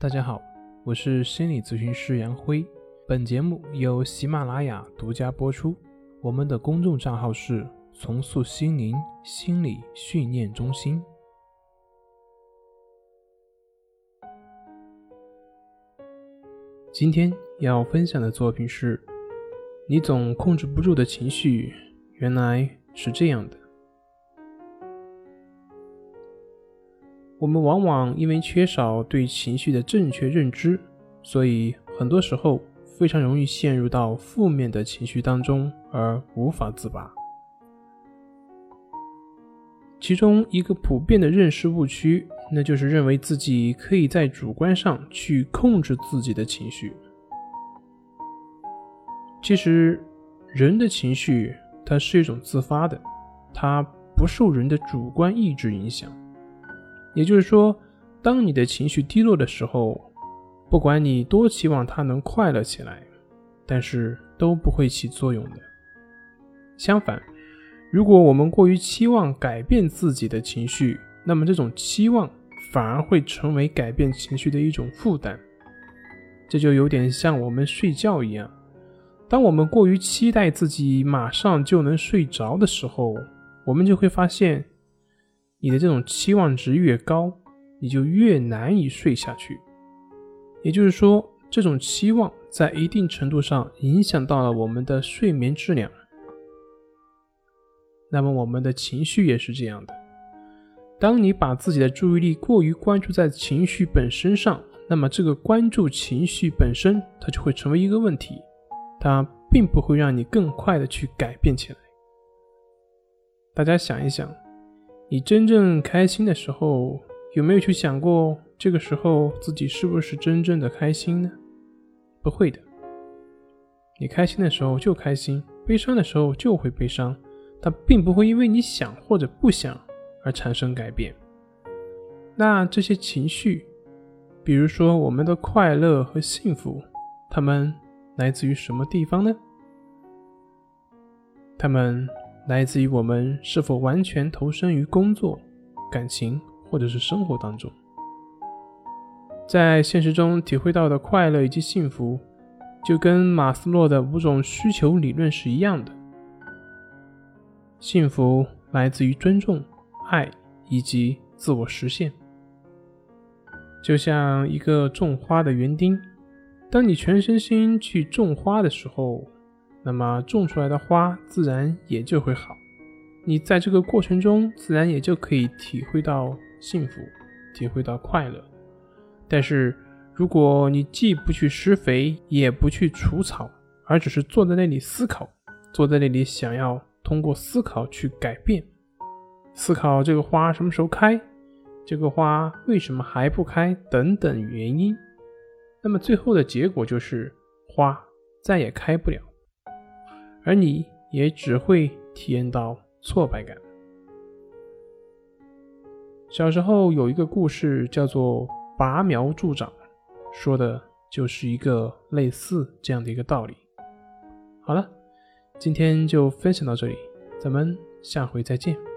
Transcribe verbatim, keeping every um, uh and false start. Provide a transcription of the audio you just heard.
大家好，我是心理咨询师杨辉，本节目由喜马拉雅独家播出。我们的公众账号是重塑心灵心理训练中心。今天要分享的作品是：你总控制不住的情绪，原来是这样的。我们往往因为缺少对情绪的正确认知，所以很多时候非常容易陷入到负面的情绪当中而无法自拔。其中一个普遍的认识误区，那就是认为自己可以在主观上去控制自己的情绪。其实人的情绪它是一种自发的，它不受人的主观意志影响。也就是说，当你的情绪低落的时候，不管你多期望它能快乐起来，但是都不会起作用的。相反，如果我们过于期望改变自己的情绪，那么这种期望反而会成为改变情绪的一种负担。这就有点像我们睡觉一样，当我们过于期待自己马上就能睡着的时候，我们就会发现你的这种期望值越高，你就越难以睡下去。也就是说，这种期望在一定程度上影响到了我们的睡眠质量。那么我们的情绪也是这样的。当你把自己的注意力过于关注在情绪本身上，那么这个关注情绪本身，它就会成为一个问题，它并不会让你更快的去改变起来。大家想一想，你真正开心的时候，有没有去想过这个时候自己是不是真正的开心呢？不会的。你开心的时候就开心，悲伤的时候就会悲伤，它并不会因为你想或者不想而产生改变。那这些情绪，比如说我们的快乐和幸福，它们来自于什么地方呢？它们来自于我们是否完全投身于工作、感情或者是生活当中。在现实中体会到的快乐以及幸福，就跟马斯洛的五种需求理论是一样的。幸福来自于尊重、爱以及自我实现。就像一个种花的园丁，当你全身心去种花的时候，那么种出来的花自然也就会好，你在这个过程中自然也就可以体会到幸福，体会到快乐。但是如果你既不去施肥，也不去除草，而只是坐在那里思考，坐在那里想要通过思考去改变，思考这个花什么时候开，这个花为什么还不开等等原因，那么最后的结果就是花再也开不了，而你也只会体验到挫败感。小时候有一个故事叫做拔苗助长，说的就是一个类似这样的一个道理。好了，今天就分享到这里，咱们下回再见。